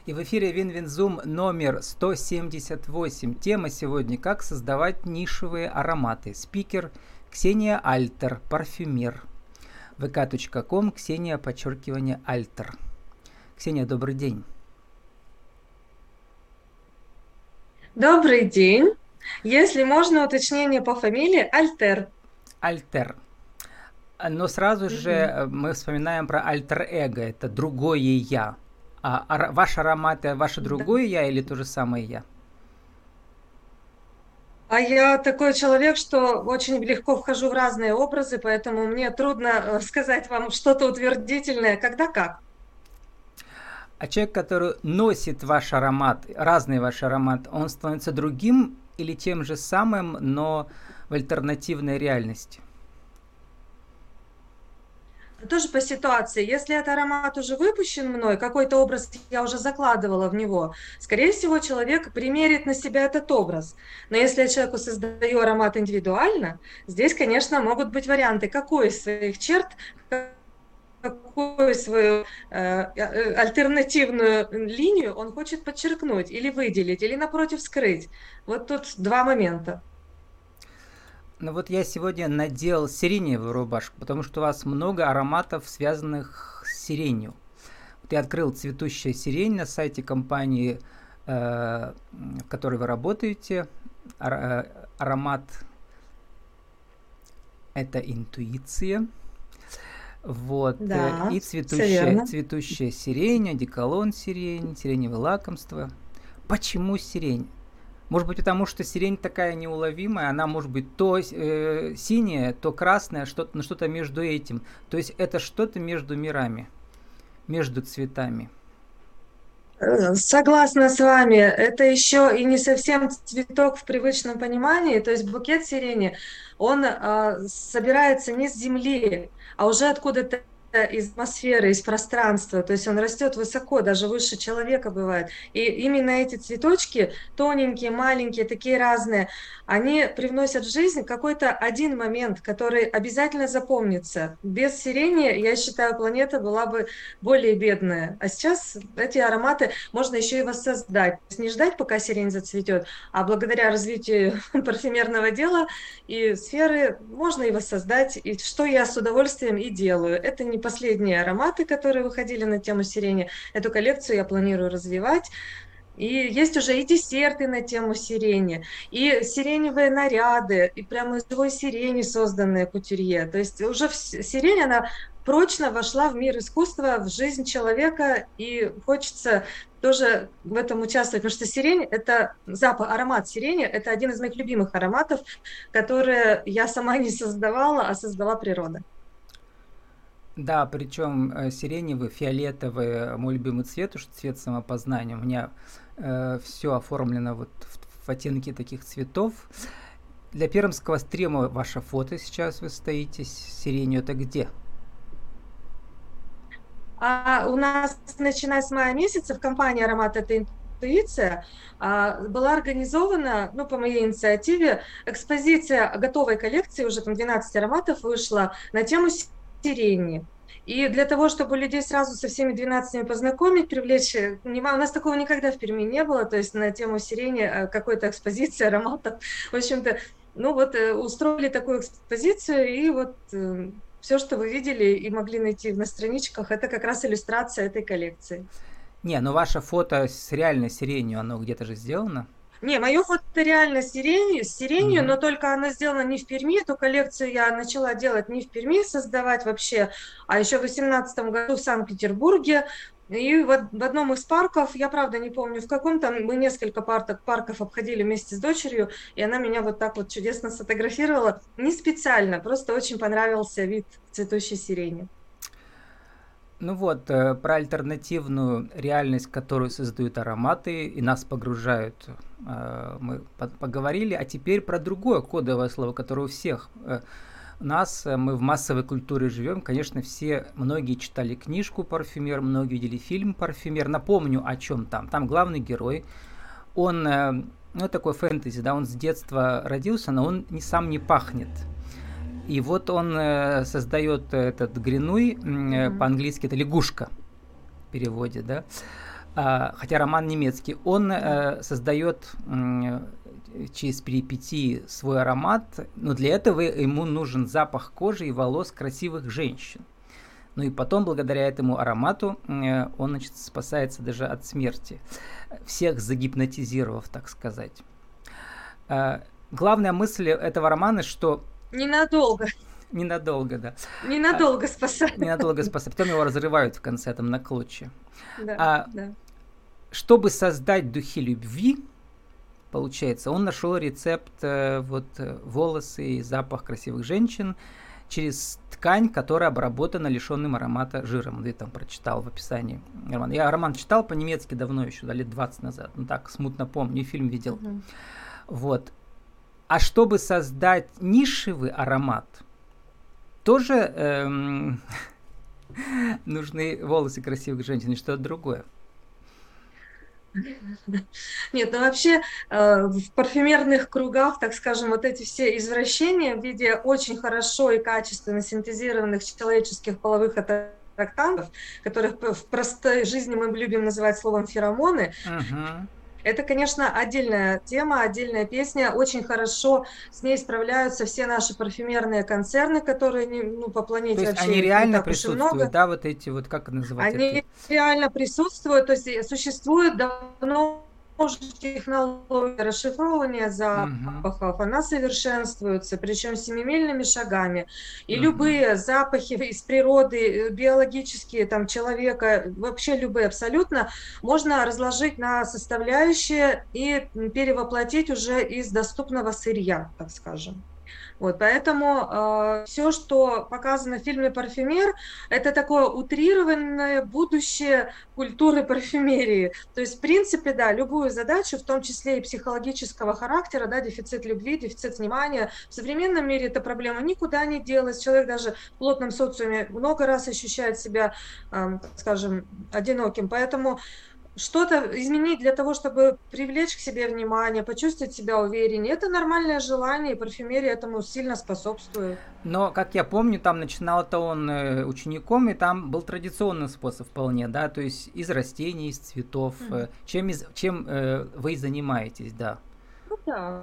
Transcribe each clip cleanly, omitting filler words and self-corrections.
И в эфире Винвинзум номер 178. Тема сегодня «Как создавать нишевые ароматы». Спикер Ксения Альтер, парфюмер. vk.com, Ксения_Альтер. Ксения, добрый день. Добрый день. Если можно, уточнение по фамилии Альтер. Альтер. Но сразу Мгм. же мы вспоминаем про альтер-эго. Это другое я. Ваш аромат – это ваше Да. другое я или то же самое я? А я такой человек, что очень легко вхожу в разные образы, поэтому мне трудно сказать вам что-то утвердительное, когда как. А человек, который носит ваш аромат, разный ваш аромат, он становится другим или тем же самым, но в альтернативной реальности? Тоже по ситуации. Если этот аромат уже выпущен мной, какой-то образ я уже закладывала в него, скорее всего, человек примерит на себя этот образ. Но если я человеку создаю аромат индивидуально, здесь, конечно, могут быть варианты, какой из своих черт, какую свою альтернативную линию он хочет подчеркнуть или выделить, или напротив скрыть. Вот тут два момента. Ну вот я сегодня надел сиреневую рубашку, потому что у вас много ароматов, связанных с сиренью. Вот я открыл цветущая сирень на сайте компании, в которой вы работаете. Аромат – это интуиция. Вот. Да, И все цветущая, верно. цветущая сирень, одеколон сирень, сиреневое лакомство. Почему сирень? Может быть, потому что сирень такая неуловимая, она может быть то синяя, то красная, что-то, но что-то между этим. То есть это что-то между мирами, между цветами. Согласна с вами. Это еще и не совсем цветок в привычном понимании. То есть букет сирени, он собирается не с земли, а уже откуда-то из атмосферы, из пространства. То есть он растет высоко, даже выше человека бывает. И именно эти цветочки, тоненькие, маленькие, такие разные, они привносят в жизнь какой-то один момент, который обязательно запомнится. Без сирени, я считаю, планета была бы более бедная. А сейчас эти ароматы можно еще и воссоздать. То есть не ждать, пока сирень зацветет, а благодаря развитию парфюмерного дела и сферы можно и воссоздать, и что я с удовольствием и делаю. Это не последние ароматы, которые выходили на тему сирени. Эту коллекцию я планирую развивать. И есть уже и десерты на тему сирени, и сиреневые наряды, и прямо из живой сирени созданные кутюрье. То есть уже сирень, она прочно вошла в мир искусства, в жизнь человека, и хочется тоже в этом участвовать, потому что сирень– это запах, аромат сирени– это один из моих любимых ароматов, которые я сама не создавала, а создала природа. Да, причем сиреневый, фиолетовый, мой любимый цвет, уж цвет самопознания. У меня все оформлено вот в оттенке таких цветов. Для пермского стрема ваше фото сейчас вы стоите с сиренью. Это где? А у нас, начиная с мая месяца, в компании «Аромат– это интуиция» была организована, ну, по моей инициативе, экспозиция готовой коллекции, уже там 12 ароматов вышла, на тему сирени. И для того, чтобы людей сразу со всеми 12 познакомить, привлечь, у нас такого никогда в Перми не было, то есть на тему сирени какой-то экспозиции ароматов. В общем-то, ну вот устроили такую экспозицию, и вот все, что вы видели и могли найти на страничках, это как раз иллюстрация этой коллекции. Не, ну ваше фото с реальной сиренью, оно где-то же сделано. Не, мое фото реально с сиренью, Мгм. но только она сделана не в Перми. Эту коллекцию я начала делать не в Перми, создавать вообще, а еще в 2018 году в Санкт-Петербурге. И вот в одном из парков, я правда не помню в каком, там мы несколько парков обходили вместе с дочерью, и она меня вот так вот чудесно сфотографировала. Не специально, просто очень понравился вид цветущей сирени. Ну вот, про альтернативную реальность, которую создают ароматы и нас погружают, мы поговорили, а теперь про другое кодовое слово, которое у всех нас, мы в массовой культуре живем, конечно, все, многие читали книжку «Парфюмер», многие видели фильм «Парфюмер». Напомню, о чем там. Там главный герой, он, ну, такой фэнтези, да, он с детства родился, но он сам не пахнет. И вот он создает этот гринуй, Мгм. по-английски это лягушка в переводе, да. хотя роман немецкий, он создает через перипетии свой аромат, но для этого ему нужен запах кожи и волос красивых женщин. Ну и потом, благодаря этому аромату, он, значит, спасается даже от смерти, всех загипнотизировав, так сказать. Главная мысль этого романа, что... Ненадолго. Ненадолго, да. Ненадолго спасает. Ненадолго спасает. Потом его разрывают в конце там на клочья. Да, да. Чтобы создать духи любви, получается, он нашел рецепт волосы и запах красивых женщин через ткань, которая обработана лишенным аромата жиром. Я там прочитал в описании романа. Я роман читал по-немецки давно еще, лет 20 назад. Ну так, смутно помню, и фильм видел. Вот. А чтобы создать нишевый аромат, тоже нужны волосы красивых женщин и что-то другое. Нет, ну вообще в парфюмерных кругах, так скажем, вот эти все извращения в виде очень хорошо и качественно синтезированных человеческих половых аттрактантов, которых в простой жизни мы любим называть словом феромоны, это, конечно, отдельная тема, отдельная песня. Очень хорошо с ней справляются все наши парфюмерные концерны, которые по планете то есть вообще они реально не так уж и много. присутствуют, да, вот эти вот, как называть? Они реально присутствуют, то есть существует давно технология расшифровывания запахов, она совершенствуется, причем семимильными шагами. И любые запахи из природы, биологические, там, человека, вообще любые абсолютно, можно разложить на составляющие и перевоплотить уже из доступного сырья, так скажем. Вот, поэтому все, что показано в фильме «Парфюмер», это такое утрированное будущее культуры парфюмерии. То есть, в принципе, да, любую задачу, в том числе и психологического характера, да, дефицит любви, дефицит внимания, в современном мире эта проблема никуда не делась. Человек даже в плотном социуме много раз ощущает себя, скажем, одиноким. Поэтому что-то изменить для того, чтобы привлечь к себе внимание, почувствовать себя увереннее. Это нормальное желание, и парфюмерия этому сильно способствует. Но, как я помню, там начинал-то он учеником, и там был традиционный способ вполне, да, то есть из растений, из цветов. Чем вы занимаетесь, да? Ну да.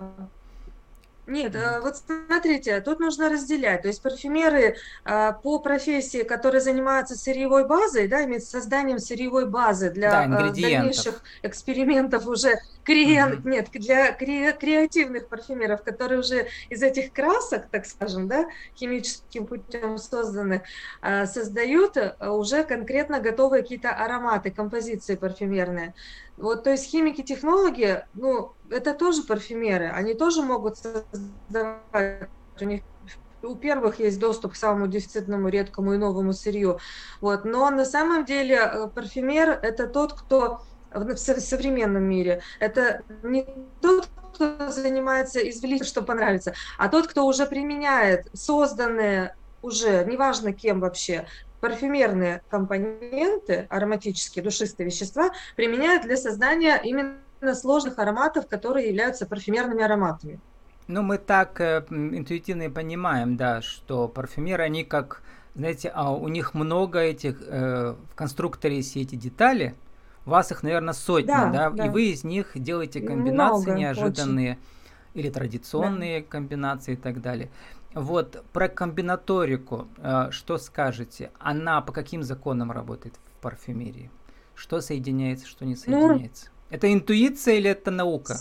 Нет, вот смотрите, тут нужно разделять. То есть парфюмеры по профессии, которые занимаются сырьевой базой, да, именно созданием сырьевой базы для дальнейших экспериментов уже, нет, для креативных парфюмеров, которые уже из этих красок, так скажем, да, химическим путем созданных, создают уже конкретно готовые какие-то ароматы, композиции парфюмерные. Вот, то есть химики-технологи, ну, это тоже парфюмеры, они тоже могут создавать, у первых есть доступ к самому дефицитному, редкому и новому сырью. Вот, но на самом деле парфюмер – это тот, кто в современном мире, это не тот, кто занимается извлечением, что понравится, а тот, кто уже применяет созданные уже, неважно кем вообще, парфюмерные компоненты, ароматические, душистые вещества, применяют для создания именно сложных ароматов, которые являются парфюмерными ароматами. Ну, мы так интуитивно и понимаем, да, что парфюмеры, они как, знаете, у них много этих, в конструкторе все эти детали, у вас их, наверное, сотни, да? И вы из них делаете комбинации много, неожиданные очень. Или традиционные комбинации и так далее. Вот, про комбинаторику что скажете? Она по каким законам работает в парфюмерии? Что соединяется, что не соединяется? Это интуиция или это наука?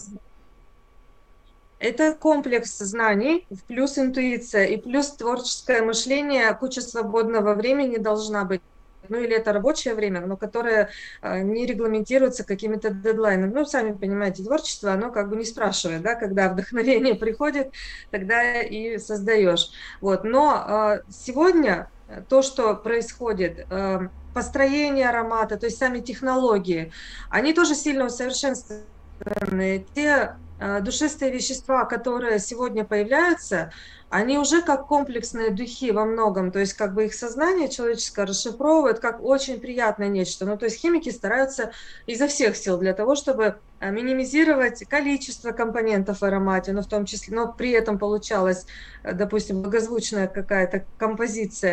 Это комплекс знаний, плюс интуиция и плюс творческое мышление, куча свободного времени должна быть. Ну или это рабочее время, но которое не регламентируется какими-то дедлайнами. Ну, сами понимаете, творчество, оно как бы не спрашивает, да, когда вдохновение приходит, тогда и создаешь. Вот. Но сегодня то, что происходит, построение аромата, то есть сами технологии, они тоже сильно усовершенствованы. Те душистые вещества, которые сегодня появляются, они уже как комплексные духи во многом, то есть как бы их сознание человеческое расшифровывает как очень приятное нечто. Ну, то есть химики стараются изо всех сил для того, чтобы минимизировать количество компонентов в аромате, но в том числе, но при этом получалась, допустим, благозвучная какая-то композиция.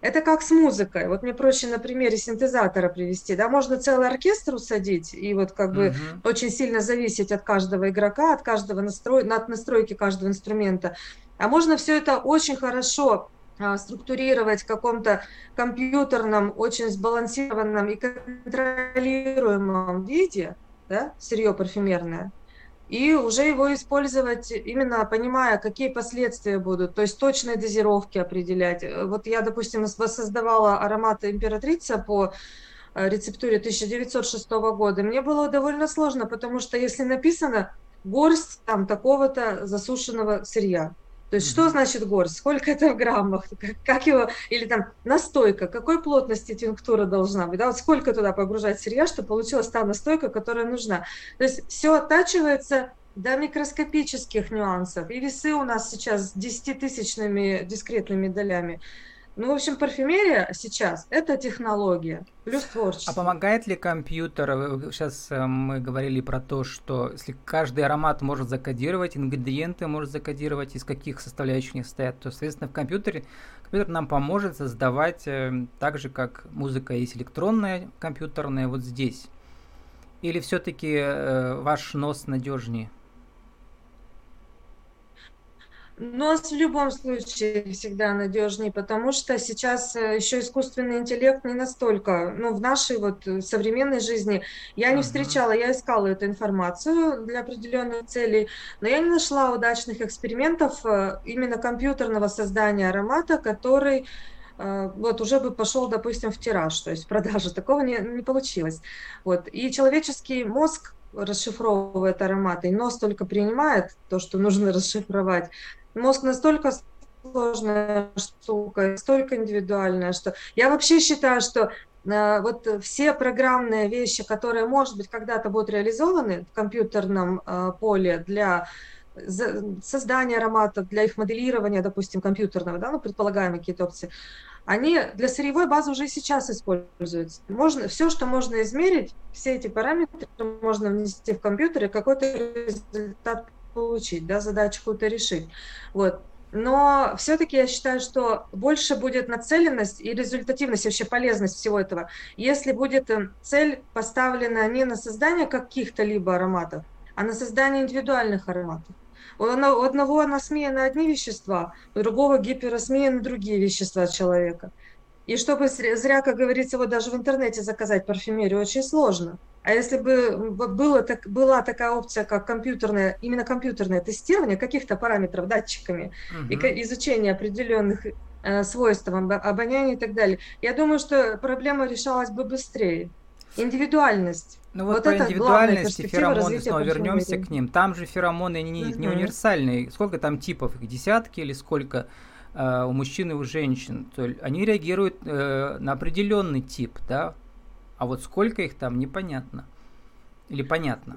Это как с музыкой. Вот мне проще на примере синтезатора привести. Да, можно целый оркестр усадить и вот как бы Мгм. очень сильно зависеть от каждого игрока, от каждого от настройки каждого инструмента. А можно все это очень хорошо структурировать в каком-то компьютерном, очень сбалансированном и контролируемом виде, да, сырье парфюмерное, и уже его использовать, именно понимая, какие последствия будут, то есть точные дозировки определять. Вот я, допустим, воссоздавала ароматы императрица по рецептуре 1906 года. Мне было довольно сложно, потому что если написано горсть там такого-то засушенного сырья, то есть что Мгм. значит горсть? Сколько это в граммах? Как его, или там настойка, какой плотности тинктура должна быть? Да, вот сколько туда погружать сырья, чтобы получилась та настойка, которая нужна. То есть все оттачивается до микроскопических нюансов. И весы у нас сейчас с 10-тысячными дискретными долями. Ну, в общем, парфюмерия сейчас – это технология плюс А творчество. помогает ли компьютер? Сейчас мы говорили про то, что если каждый аромат может закодировать, ингредиенты может закодировать, из каких составляющих они состоят, то, соответственно, компьютер нам поможет создавать так же, как музыка есть электронная, компьютерная, вот здесь. Или все-таки ваш нос надежнее? Но в любом случае всегда надежнее, потому что сейчас еще искусственный интеллект не настолько, ну, в нашей вот современной жизни я не Мгм. встречала, я искала эту информацию для определенных целей, но я не нашла удачных экспериментов именно компьютерного создания аромата, который вот уже бы пошел, допустим, в тираж, то есть в продажу. Такого не получилось. Вот. И человеческий мозг расшифровывает ароматы, и нос только принимает то, что нужно расшифровать. Мозг настолько сложная штука, столько индивидуальная, что я вообще считаю, что вот все программные вещи, которые, может быть, когда-то будут реализованы в компьютерном поле для создания ароматов, для их моделирования, допустим, компьютерного, да, ну, предполагаемые какие-то опции, они для сырьевой базы уже и сейчас используются. Можно, все, что можно измерить, все эти параметры можно внести в компьютер и какой-то результат получить, да, задачу какую-то решить. Вот. Но все-таки я считаю, что больше будет нацеленность и результативность, вообще полезность всего этого, если будет цель поставлена не на создание каких-то либо ароматов, а на создание индивидуальных ароматов. У одного насмеяны одни вещества, у другого гиперосмеяны другие вещества человека. И чтобы зря, как говорится, вот даже в интернете заказать парфюмерию очень сложно. А если бы была такая опция, как компьютерное, именно компьютерное тестирование каких-то параметров датчиками и Мгм. изучение определенных свойств обоняния и так далее, я думаю, что проблема решалась бы быстрее. Индивидуальность. Ну вот Вот про это главная индивидуальность и перспектива феромоны развития снова вернемся парфюмерии. к ним. Там же феромоны они не Мгм. универсальные. Сколько там типов? Их десятки или сколько у мужчин и у женщин? То есть они реагируют на определенный тип, да? А вот сколько их там, непонятно. Или понятно.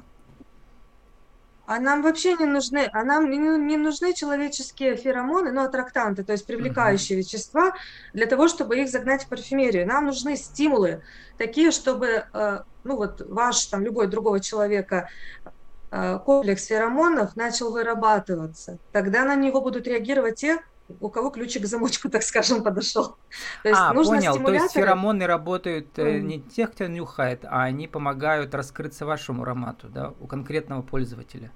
А нам вообще не нужны, а нам не нужны человеческие феромоны, ну, аттрактанты, то есть Мгм. привлекающие вещества, для того, чтобы их загнать в парфюмерию. Нам нужны стимулы, такие, чтобы, ну, вот ваш, там, любой другого человека комплекс феромонов начал вырабатываться. Тогда на него будут реагировать те, у кого ключик к замочку, так скажем, подошел. То есть А, нужно понял. То есть стимуляторы. феромоны работают М. не тех, кто нюхает, а они помогают раскрыться вашему аромату, да, у конкретного пользователя.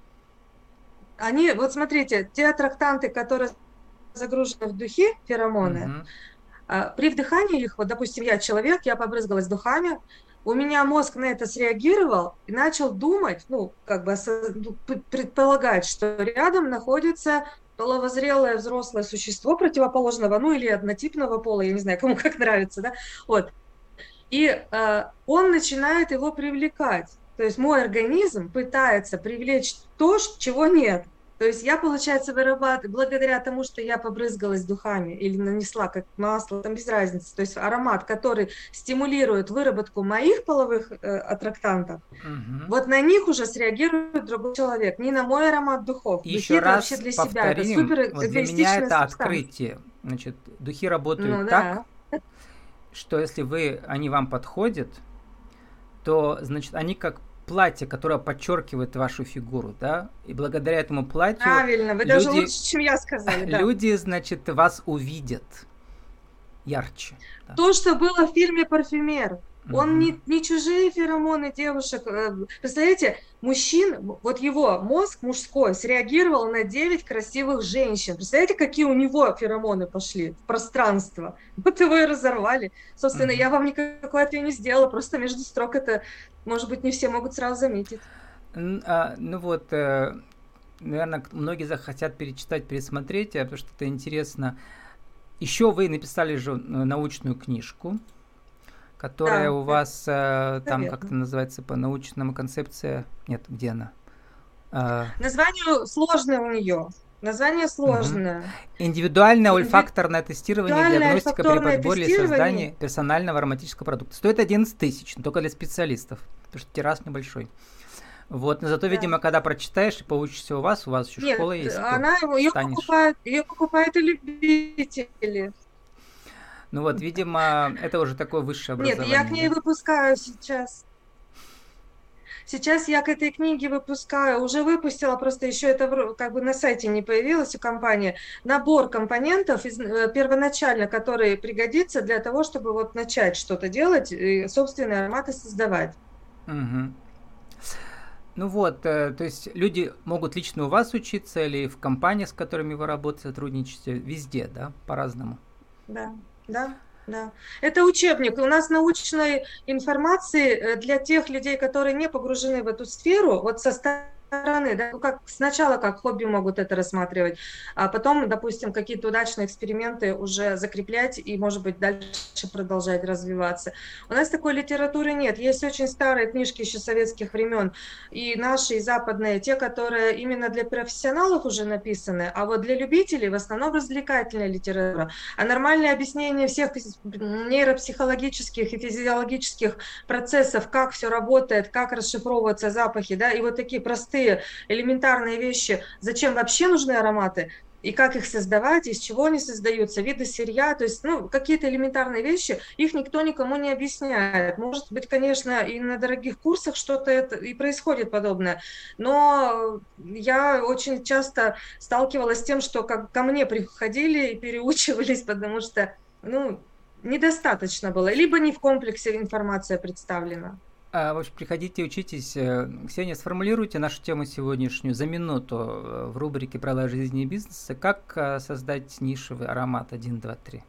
Они, вот смотрите, те аттрактанты, которые загружены в духи, феромоны, Мгм. при вдыхании их, вот, допустим, я человек, я побрызгалась духами, у меня мозг на это среагировал и начал думать, ну, как бы ну, предполагать, что рядом находится половозрелое взрослое существо противоположного, ну, или однотипного пола, я не знаю, кому как нравится, да, вот. И он начинает его привлекать. То есть мой организм пытается привлечь то, чего нет. То есть я, получается, вырабатываю, благодаря тому, что я побрызгалась духами или нанесла как масло, там без разницы, то есть аромат, который стимулирует выработку моих половых аттрактантов, Мгм. вот на них уже среагирует другой человек, не на мой аромат духов. И Духи еще это вообще раз для себя, это повторим, супер вот для меня эгоистичная это субстанция. открытие. Значит, духи Ну работают так, да. что если они вам подходят, то, значит, они как платье, которое подчеркивает вашу фигуру, да, и благодаря этому платью Правильно, вы даже люди, лучше, чем я сказали, да. люди, значит, вас увидят. ярче. Да. То, что было в фильме «Парфюмер». Он Мгм. не чужие феромоны девушек. Представляете, вот его мозг мужской среагировал на 9 красивых женщин. Представляете, какие у него феромоны пошли в пространство? Вот его и разорвали. Собственно, Мгм. я вам никакой ответ не сделала, просто между строк это, может быть, не все могут сразу заметить. Ну вот, наверное, многие захотят перечитать, пересмотреть, потому что это интересно. Еще вы написали же научную книжку, которая Да, у это вас там как-то верно. называется по научному концепция. Нет, где она? А, Название сложное у нее. Название мгм. сложное. Индивидуальное Индивидуальное ольфакторное тестирование, диагностика при альфакторное подборе и тестирование. создании персонального ароматического продукта. Стоит 11 тысяч, но только для специалистов, потому что тираж небольшой. Вот, но зато, Да. видимо, когда прочитаешь и поучишься у вас еще Нет, школа есть, то она станешь. ее покупают и любители. Ну вот, видимо, это уже такое высшее Нет, я к образование, ней да? выпускаю сейчас. Сейчас я к этой книге выпускаю, уже выпустила, просто еще это как бы на сайте не появилось у компании, набор компонентов первоначально, который пригодится для того, чтобы вот начать что-то делать и собственные ароматы создавать. Мгм. Ну вот, то есть люди могут лично у вас учиться или в компаниях, с которыми вы работаете, сотрудничаете, везде, да, по-разному. Да, да, да. Это учебник. У нас научной информации для тех людей, которые не погружены в эту сферу, вот со стороны, да, ну, как сначала как хобби могут это рассматривать, а потом, допустим, какие-то удачные эксперименты уже закреплять и, может быть, дальше продолжать развиваться. У нас такой литературы нет. Есть очень старые книжки еще советских времен, и наши, и западные, те, которые именно для профессионалов уже написаны, а вот для любителей в основном развлекательная литература. А нормальное объяснение всех нейропсихологических и физиологических процессов, как все работает, как расшифровываются запахи, да, и вот такие простые элементарные вещи, зачем вообще нужны ароматы, и как их создавать, из чего они создаются, виды сырья, то есть, ну, какие-то элементарные вещи, их никто никому не объясняет. Может быть, конечно, и на дорогих курсах что-то это и происходит подобное, но я очень часто сталкивалась с тем, что ко мне приходили и переучивались, потому что, ну, недостаточно было, либо не в комплексе информация представлена. В общем, приходите, учитесь. Ксения, сформулируйте нашу тему сегодняшнюю за минуту в рубрике «Правила жизни и бизнеса». Как создать нишевый аромат 1, 2, 3?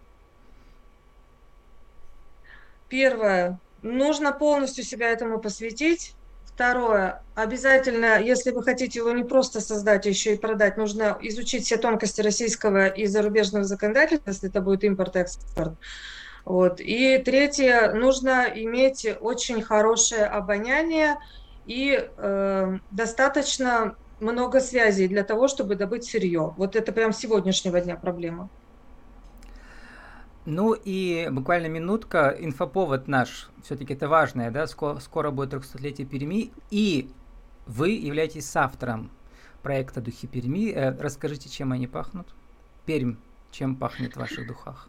Первое, нужно полностью себя этому посвятить. Второе, обязательно, если вы хотите его не просто создать, а еще и продать, нужно изучить все тонкости российского и зарубежного законодательства, если это будет импорт-экспорт. Вот. И третье, нужно иметь очень хорошее обоняние и достаточно много связей для того, чтобы добыть сырье. Вот это прям с сегодняшнего дня проблема. Ну и буквально минутка. Инфоповод наш, все-таки это важное, да? Скоро будет 300-летие Перми. И вы являетесь соавтором проекта «Духи Перми». Расскажите, чем они пахнут? Пермь, чем пахнет в ваших духах?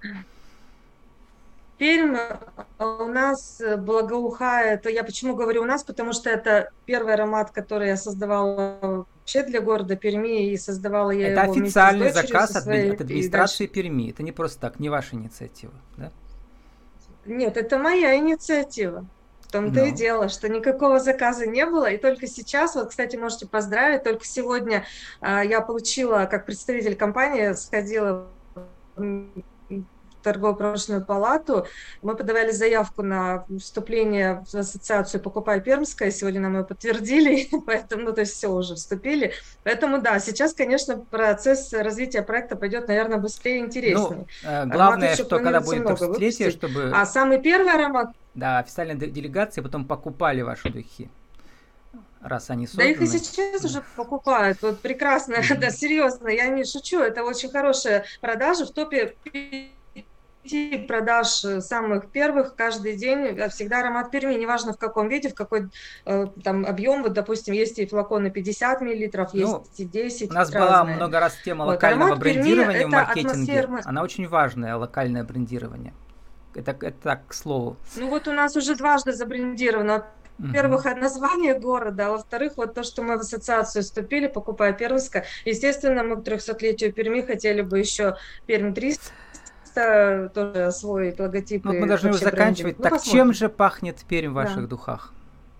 Пермь у нас благоухает. Я почему говорю у нас, потому что это первый аромат, который я создавала вообще для города Перми, и создавала я Это его вместе с официальный дочерью, со заказ своей, от и администрации дальше. Перми. Это не просто так, не ваша инициатива, да? Нет, это моя инициатива. В том-то и Ну, дело, что никакого заказа не было, и только сейчас, вот, кстати, можете поздравить, только сегодня я получила, как представитель компании, сходила торгово-промышленную палату. Мы подавали заявку на вступление в ассоциацию «Покупай Пермское». Сегодня нам ее подтвердили, поэтому, ну, то есть все уже вступили. Поэтому, да, сейчас, конечно, процесс развития проекта пойдет, наверное, быстрее и ну, интереснее. Ароматов главное, еще что когда планируется будет много 300-летие, выпустить. А чтобы, самый первый аромат, да, официальные делегации потом покупали ваши духи, раз они да их и созданы. сейчас Да. уже покупают. Вот прекрасно, да, Мгм. серьезно, я не шучу. Это очень хорошая продажа в топе 5 продаж самых первых каждый день. Всегда аромат Перми, неважно в каком виде, в какой там объем. Вот, допустим, есть и флаконы 50 миллилитров, есть Ну, и у 10 нас была разные. много раз тема Вот, локального аромат Перми– брендирования в это маркетинге. атмосфера. Она очень важная, локальное брендирование. Это так, к слову. Ну вот у нас уже дважды забрендировано. Мгм. Во-первых, от названия города, а во-вторых, вот то, что мы в ассоциацию вступили, покупая Пермское. Естественно, мы к 300-летию Перми хотели бы еще Пермь 300 наконец-то тоже освоить Ну, вот мы логотипы, должны уже вообще брендинг. заканчивать. Ну, Так чем посмотрим. же пахнет Пермь в Да. ваших духах?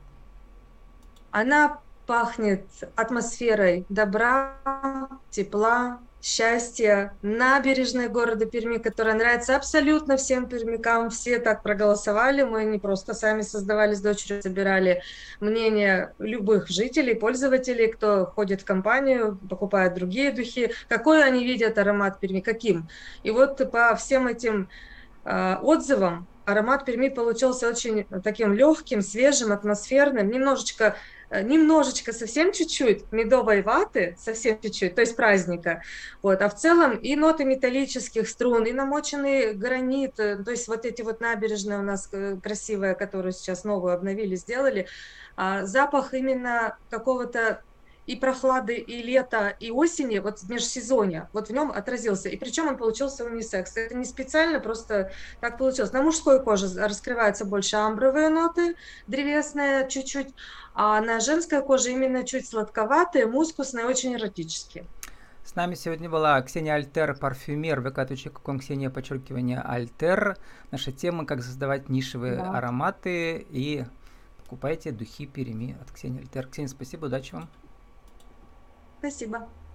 Она пахнет атмосферой добра, тепла, счастья, набережной города Перми, которая нравится абсолютно всем пермякам. Все так проголосовали. Мы не просто сами создавали с дочерью, собирали мнение любых жителей, пользователей, кто ходит в компанию, покупает другие духи, какой они видят аромат Перми, каким. И вот по всем этим отзывам аромат Перми получился очень таким легким, свежим, атмосферным, немножечко, совсем чуть-чуть медовой ваты, совсем чуть-чуть, то есть праздника, вот, а в целом и ноты металлических струн, и намоченный гранит, то есть вот эти вот набережные у нас красивые, которые сейчас новую обновили, сделали, запах именно какого-то и прохлады, и лета, и осени, вот межсезонья, вот в нем отразился. И причем он получился унисекс. Это не специально, просто так получилось. На мужской коже раскрываются больше амбровые ноты, древесные чуть-чуть, а на женской коже именно чуть сладковатые, мускусные, очень эротические. С нами сегодня была Ксения Альтер, парфюмер, vk.com, Ксения, подчеркивание, Альтер. Наша тема, как создавать нишевые Да, ароматы, и покупайте духи Перми от Ксении Альтер. Ксения, спасибо, удачи вам. спасибо.